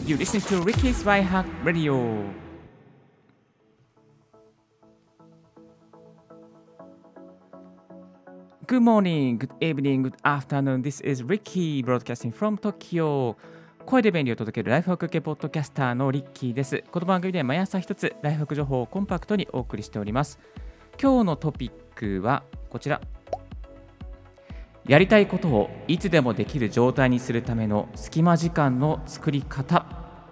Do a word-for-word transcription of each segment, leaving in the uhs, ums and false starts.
You listen to Ricky's Lifehack Radio. Good morning, good evening, good afternoon. This is Ricky broadcasting from Tokyo. 声で便利を届けるライフハック系ポッドキャスターのリッキーです。この番組では毎朝一つライフハック情報をコンパクトにお送りしております。今日のトピックはこちら。やりたいことをいつでもできる状態にするための隙間時間の作り方。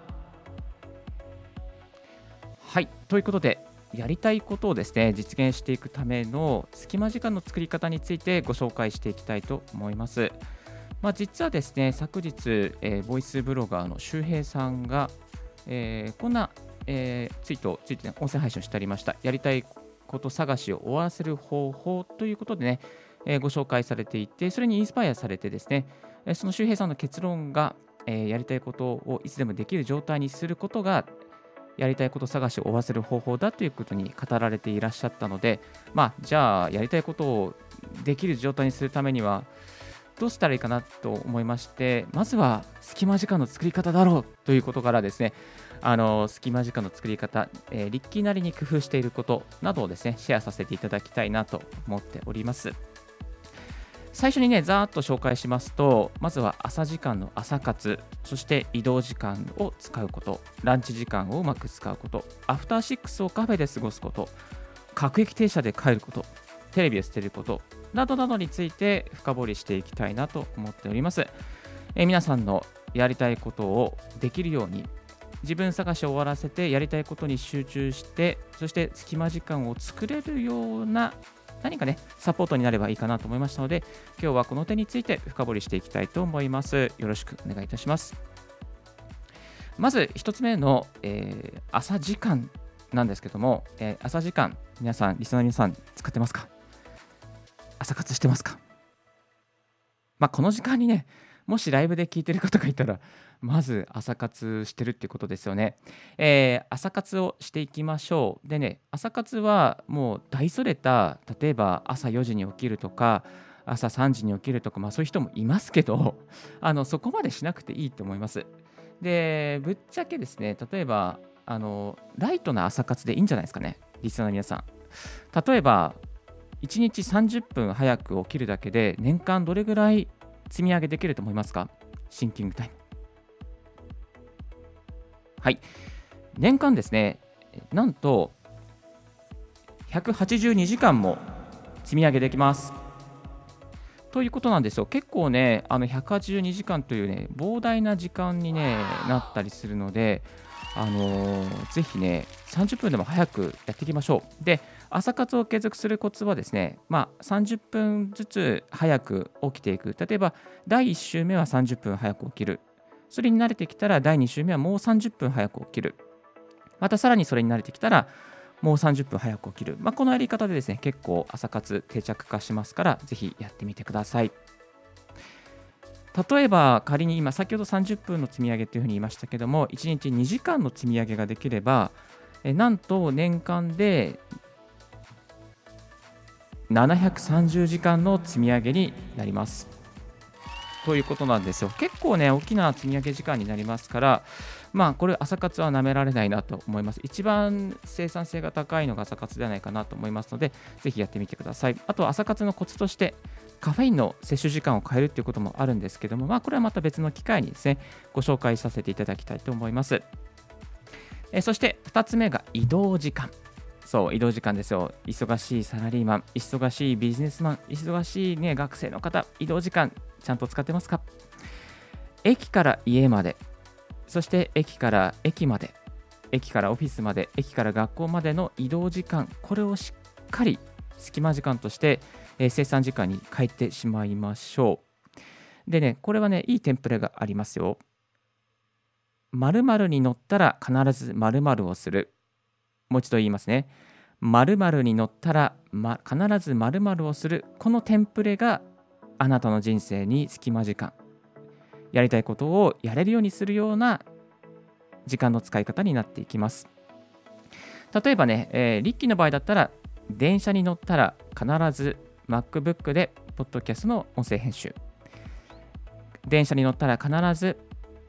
はい、ということでやりたいことをですね実現していくための隙間時間の作り方についてご紹介していきたいと思います。まあ、実はですね昨日、えー、ボイスブロガーの周平さんが、えー、こんな、えー、ツイートをついて音声配信をしてありました。やりたいこと探しを終わらせる方法ということでね、えー、ご紹介されていて、それにインスパイアされてですね、えー、その周平さんの結論が、えー、やりたいことをいつでもできる状態にすることがやりたいこと探しを終わらせる方法だということに語られていらっしゃったので、まあ、じゃあやりたいことをできる状態にするためにはどうしたらいいかなと思いまして、まずは隙間時間の作り方だろうということからですね、あの隙間時間の作り方、えー、リッキーなりに工夫していることなどをですねシェアさせていただきたいなと思っております。最初にねざーっと紹介しますと、まずは朝時間の朝活、そして移動時間を使うこと、ランチ時間をうまく使うこと、アフターシックスをカフェで過ごすこと、各駅停車で帰ること、テレビを捨てることなどなどについて深掘りしていきたいなと思っております。えー、皆さんのやりたいことをできるように自分探しを終わらせてやりたいことに集中して、そして隙間時間を作れるような何かねサポートになればいいかなと思いましたので、今日はこの点について深掘りしていきたいと思います。よろしくお願いいたします。まず一つ目の、えー、朝時間なんですけども、えー、朝時間皆さんリスナーの皆さん使ってますか？朝活してますか？まあこの時間にねもしライブで聞いてる方がいたらまず朝活してるってことですよね。えー、朝活をしていきましょう。でね、朝活はもう大それた、例えば朝よじに起きるとか朝さんじに起きるとか、まあそういう人もいますけど、あのそこまでしなくていいと思います。で、ぶっちゃけですね、例えばあのライトな朝活でいいんじゃないですかね、リスナーの皆さん。例えばいちにちさんじゅっぷん早く起きるだけで年間どれぐらい積み上げできると思いますか？シンキングタイム。はい。年間ですね、なんとひゃくはちじゅうにじかんも積み上げできます。ということなんですよ。結構ね、あのひゃくはちじゅうにじかんというね、膨大な時間に、ね、なったりするので、あのー、ぜひね、さんじゅっぷんでも早くやっていきましょう。で、朝活を継続するコツはですね、まあ、さんじゅっぷんずつ早く起きていく。例えば、だいいっ週目はさんじゅっぷん早く起きる。それに慣れてきたら、だいに週目はもうさんじゅっぷん早く起きる。またさらにそれに慣れてきたら、もうさんじゅっぷん早く起きる。まあ、このやり方でですね、結構朝活定着化しますから、ぜひやってみてください。例えば仮に今先ほどさんじゅっぷんの積み上げというふうに言いましたけども、いちにちにじかんの積み上げができれば、えなんと年間でななひゃくさんじゅうじかんの積み上げになります。ということなんですよ。結構ね大きな積み上げ時間になりますから、まあこれ朝活は舐められないなと思います。一番生産性が高いのが朝活ではないかなと思いますので、ぜひやってみてください。あと朝活のコツとしてカフェインの摂取時間を変えるということもあるんですけども、まあこれはまた別の機会にですねご紹介させていただきたいと思います。えそしてふたつめが移動時間。そう移動時間ですよ。忙しいサラリーマン、忙しいビジネスマン、忙しい、ね、学生の方、移動時間ちゃんと使ってますか？駅から家まで、そして駅から駅まで、駅からオフィスまで、駅から学校までの移動時間、これをしっかり隙間時間として、えー、生産時間に変えてしまいましょう。でね、これはね、いいテンプレがありますよ。〇〇に乗ったら必ず〇〇をする。もう一度言いますね。〇〇に乗ったら、ま、必ず〇〇をする。このテンプレがあなたの人生に隙間時間、やりたいことをやれるようにするような時間の使い方になっていきます。例えばね、えー、リッキーの場合だったら、電車に乗ったら必ず MacBook でポッドキャストの音声編集。電車に乗ったら必ず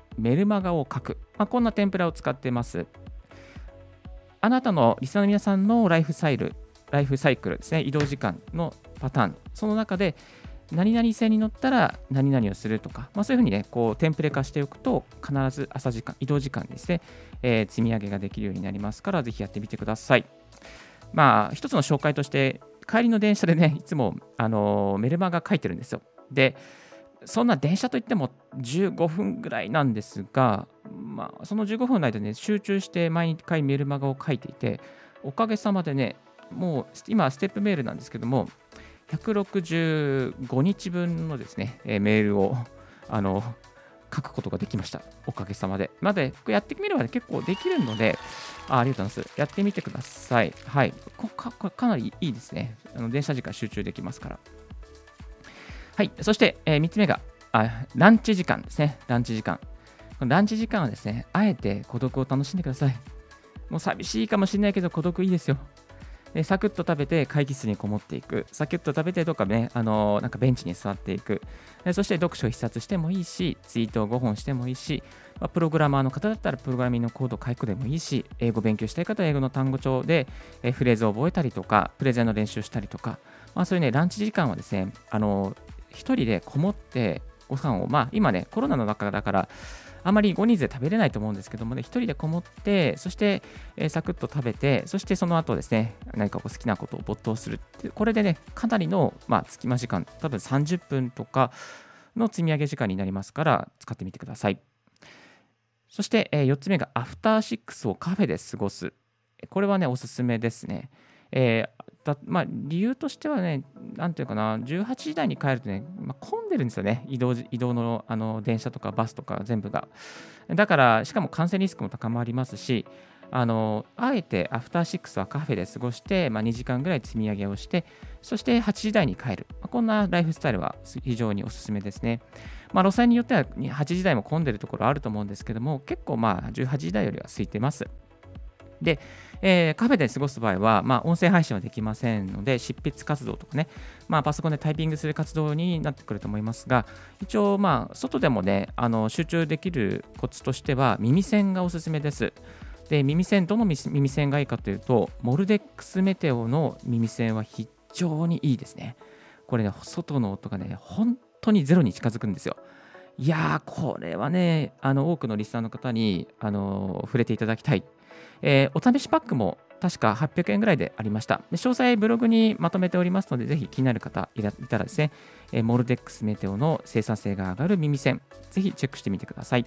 メルマガを書く、まあ、こんなテンプラを使ってます。あなたのリスナーの皆さんのライフサイル、ライフサイクルですね、移動時間のパターン、その中で何々線に乗ったら何々をするとか、まあ、そういうふうにね、こうテンプレ化しておくと、必ず朝時間、移動時間ですね、えー積み上げができるようになりますから、ぜひやってみてください。まあ、一つの紹介として、帰りの電車でね、いつも、あのーメルマガ書いてるんですよ。で、そんな電車といってもじゅうごふんぐらいなんですが、まあ、そのじゅうごふんの間ね、集中して毎回メルマガを書いていて、おかげさまでね、もう今、ステップメールなんですけども、ひゃくろくじゅうごにちぶんのですね、えーメールをあの書くことができました。おかげさまで。なので、やってみれば、ね、結構できるのであ、ありがとうございます。やってみてください。はい。こかかかなりいいですね。あの電車時間集中できますから。はい。そして、えー、みっつめがあ、ランチ時間ですね。ランチ時間。このランチ時間はですね、あえて孤独を楽しんでください。もう寂しいかもしれないけど、孤独いいですよ。でサクッと食べて会議室にこもっていく。サクッと食べてどっかね、あのーなんかベンチに座っていく。でそして読書を一冊してもいいし、ツイートをごほんしてもいいし、まあ、プログラマーの方だったらプログラミングのコードを書くでもいいし、英語勉強したい方は英語の単語帳でえーフレーズを覚えたりとか、プレゼンの練習をしたりとか、まあ、そういうね、ランチ時間はですね、あのー一人でこもってご飯を、まあ今ね、コロナの中だから、あまりごにんで食べれないと思うんですけどもね、一人でこもって、そして、えーサクッと食べて、そしてその後ですね、何かこう好きなことを没頭するっていう。これでね、かなりの、まあ、隙間時間、多分さんじゅっぷんとかの積み上げ時間になりますから、使ってみてください。そして、えーよっつめが、アフターシックスをカフェで過ごす。これはね、おすすめですね。えーだまあ、理由としてはね、なんていうかな、じゅうはちじ台に帰るとね、まあ、混んでるんですよね、移動移動のあの電車とかバスとか全部が。だから、しかも感染リスクも高まりますし、あのあえてアフターシックスはカフェで過ごして、まあ、にじかんぐらい積み上げをして、そしてはちじ台に帰る。まあ、こんなライフスタイルは非常におすすめですね。まあ、路線によってははちじ台も混んでるところあると思うんですけども、結構まあじゅうはちじ台よりは空いてます。で、えーカフェで過ごす場合は、まあ、音声配信はできませんので、執筆活動とかね、まあ、パソコンでタイピングする活動になってくると思いますが、一応、まあ、外でもね、あの集中できるコツとしては、耳栓がおすすめです。で、耳栓、どの耳栓がいいかというと、モルデックスメテオの耳栓は非常にいいですね。これね、外の音がね、本当にゼロに近づくんですよ。いやー、これはね、あの多くのリスナーの方にあの触れていただきたい。えーお試しパックも確かはっぴゃくえんぐらいでありました。で詳細ブログにまとめておりますので、ぜひ気になる方いらいたらですね、えーモルデックスメテオの生産性が上がる耳栓、ぜひチェックしてみてください。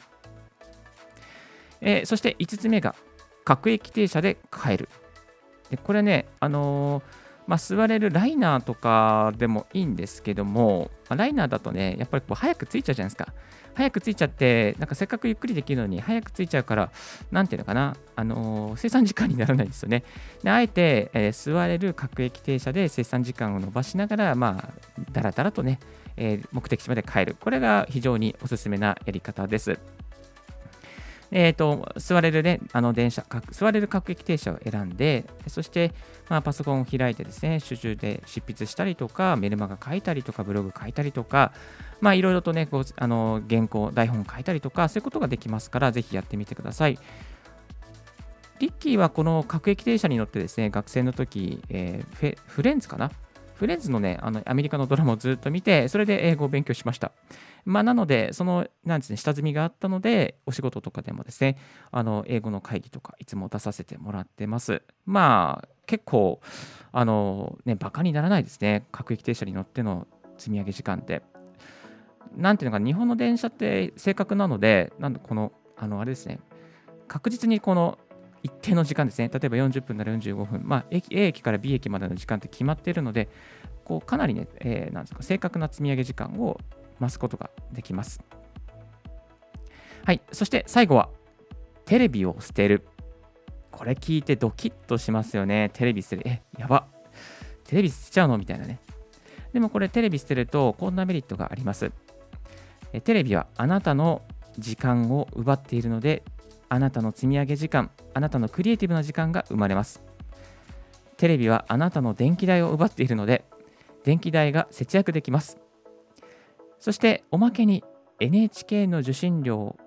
えーそしていつつめが、各駅停車で帰る。でこれね、あのーまあ、座れるライナーとかでもいいんですけども、まあライナーだとね、やっぱりこう早く着いちゃうじゃないですか。早く着いちゃって、なんかせっかくゆっくりできるのに早く着いちゃうから、なんていうのかな、あのー生産時間にならないんですよね。であえて、えー座れる各駅停車で生産時間を延ばしながら、まあ、だらだらとね、えー目的地まで帰る。これが非常におすすめなやり方です。えーと、座れるね、あの電車、か座れる各駅停車を選んで、そして、まあ、パソコンを開いてですね、集中で執筆したりとか、メルマガ書いたりとか、ブログ書いたりとか、まあ、いろいろとね、こうあの原稿、台本書いたりとか、そういうことができますから、ぜひやってみてください。リッキーはこの各駅停車に乗ってですね、学生の時、えーフェフレンズかなフレンズのね、あのアメリカのドラマをずっと見て、それで英語を勉強しました。まあ、なので、その、なんですね、下積みがあったので、お仕事とかでもですね、あの、英語の会議とか、いつも出させてもらってます。まあ、結構、あの、ね、バカにならないですね。各駅停車に乗っての積み上げ時間って。なんていうのか、日本の電車って正確なので、なんでこの、あの、あれですね、確実にこの一定の時間ですね、例えばよんじゅっぷんならよんじゅうごふん、まあ、駅 A 駅から B 駅までの時間って決まっているので、こうかなりね、えーなんですか、正確な積み上げ時間を増すことができます。はい、そして最後は、テレビを捨てる。これ聞いてドキッとしますよね。テレビ捨てる。え、やば。テレビ捨てちゃうのみたいなね。でもこれテレビ捨てると、こんなメリットがあります。えテレビはあなたの時間を奪っているので、あなたの積み上げ時間、あなたのクリエイティブな時間が生まれます。テレビはあなたの電気代を奪っているので、電気代が節約できます。そしておまけに エヌエイチケー の受信料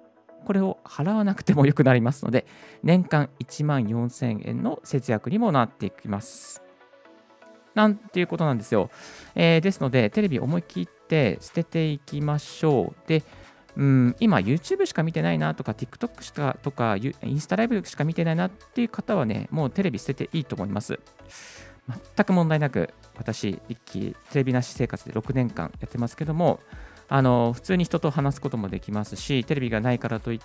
これを払わなくてもよくなりますので、年間いちまんよんせんえんの節約にもなっていきます。なんていうことなんですよ。えーですので、テレビ思い切って捨てていきましょう。で、うん、今 YouTube しか見てないなとか TikTok しかとかユインスタライブしか見てないなっていう方はね、もうテレビ捨てていいと思います。全く問題なく、私、一期テレビなし生活でろくねんかんやってますけども、あの普通に人と話すこともできますし、テレビがないからといって、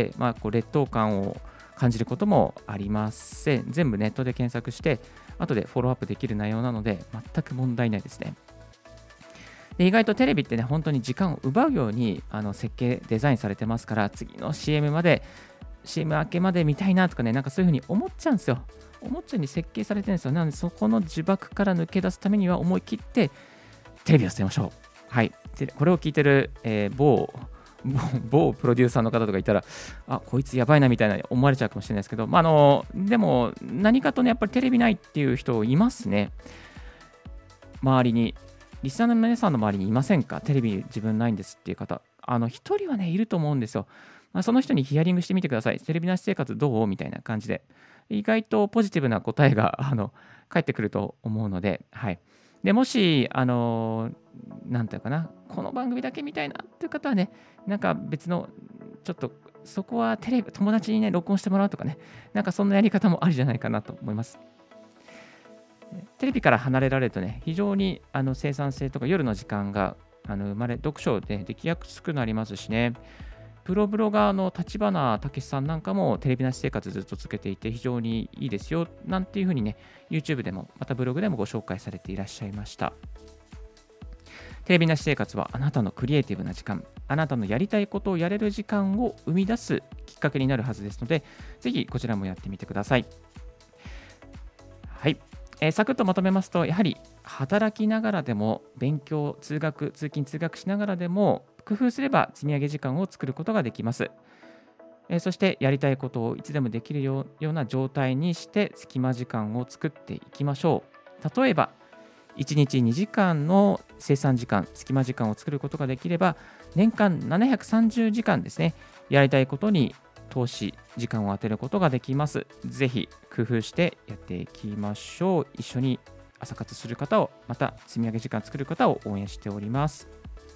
まあ、こう劣等感を感じることもありません。全部ネットで検索して、後でフォローアップできる内容なので、全く問題ないですね。で意外とテレビってね、本当に時間を奪うようにあの設計、デザインされてますから、次の シーエム まで、シーエム 明けまで見たいなとかね、なんかそういうふうに思っちゃうんですよ。思っちゃうように設計されてるんですよ。なので、そこの呪縛から抜け出すためには思い切ってテレビを捨てましょう。はい。でこれを聞いてる、えー某、某某プロデューサーの方とかいたら、あ、こいつやばいなみたいな思われちゃうかもしれないですけど、まあ、あのでも何かとね、やっぱりテレビないっていう人いますね。周りに。リスナーの皆さんの周りにいませんか？テレビ自分ないんですっていう方。あの、一人はね、いると思うんですよ。まあ、その人にヒアリングしてみてください。テレビなし生活どうみたいな感じで。意外とポジティブな答えが、あの、返ってくると思うので、はい。で、もし、あの、なんていうかな、この番組だけ見たいなっていう方はね、なんか別の、ちょっと、そこはテレビ、友達にね、録音してもらうとかね、なんかそんなやり方もあるじゃないかなと思います。テレビから離れられるとね、非常にあの生産性とか夜の時間があの生まれ、読書でできやすくなりますしね、プロブロガーの立花武さんなんかもテレビなし生活ずっと続けていて非常にいいですよ、なんていうふうにね、YouTube でもまたブログでもご紹介されていらっしゃいました。テレビなし生活はあなたのクリエイティブな時間、あなたのやりたいことをやれる時間を生み出すきっかけになるはずですので、ぜひこちらもやってみてください。はい。えー、サクッとまとめますと、やはり働きながらでも勉強、通学、通勤、通学しながらでも工夫すれば積み上げ時間を作ることができます。えーそしてやりたいことをいつでもできるようような状態にして隙間時間を作っていきましょう。例えば、いちにちにじかんの生産時間、隙間時間を作ることができれば、年間ななひゃくさんじゅうじかんですね、やりたいことに投資、時間を当てることができます。ぜひ工夫してやっていきましょう。一緒に朝活する方を、また積み上げ時間作る方を応援しております。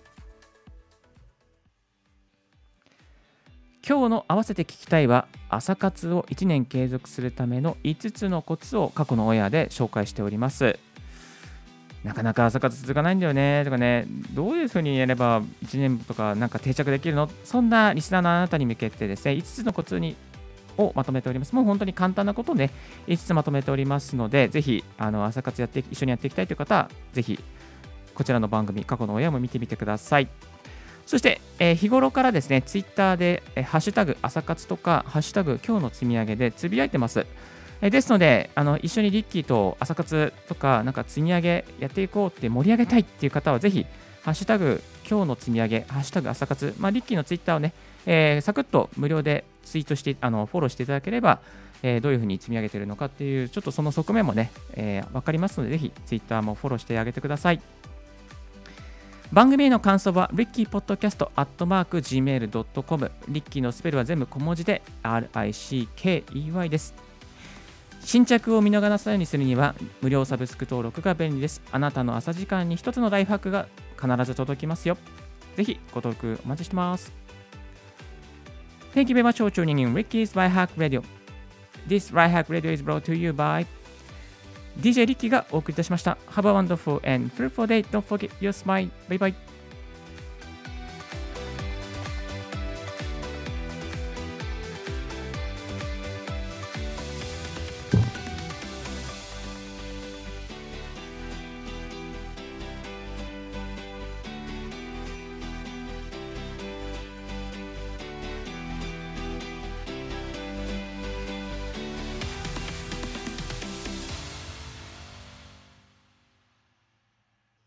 今日の合わせて聞きたいは、朝活をいちねん継続するためのいつつのコツを過去のオンエアで紹介しております。なかなか朝活続かないんだよねとかね、どういうふうにやればいちねんとかなんか定着できるの、そんなリスナーのあなたに向けてですね、いつつのコツにをまとめております。もう本当に簡単なことをね、いつつまとめておりますので、ぜひあの朝活やって一緒にやっていきたいという方は、ぜひこちらの番組、過去の親も見てみてください。そして、えー日頃からですね、ツイッターで、えーハッシュタグ朝活とか、ハッシュタグ今日の積み上げでつぶやいてます。えーですので、あの一緒にリッキーと朝活とか、なんか積み上げやっていこうって盛り上げたいっていう方は、ぜひ、ハッシュタグ今日の積み上げ、ハッシュタグ朝活、まあ、リッキーのツイッターをね、えーサクッと無料でツイートして、あのフォローしていただければ、えーどういうふうに積み上げているのかっていう、ちょっとその側面もね、えー、分かりますので、ぜひツイッターもフォローしてあげてください。番組への感想は リッキーポッドキャストアットマークジーメールドットコム、 リッキーのスペルは全部小文字で アールアイシーケーイーワイ です。新着を見逃さないようにするには無料サブスク登録が便利です。あなたの朝時間に一つのライフハックが必ず届きますよ。ぜひご登録お待ちしてます。Thank you very much for tuning in Ricky's Life Hack Radio。This Life Hack Radio is brought to you by ディージェー リッキーがお送りいたしました。Have a wonderful and fruitful day. Don't forget your smile. Bye bye.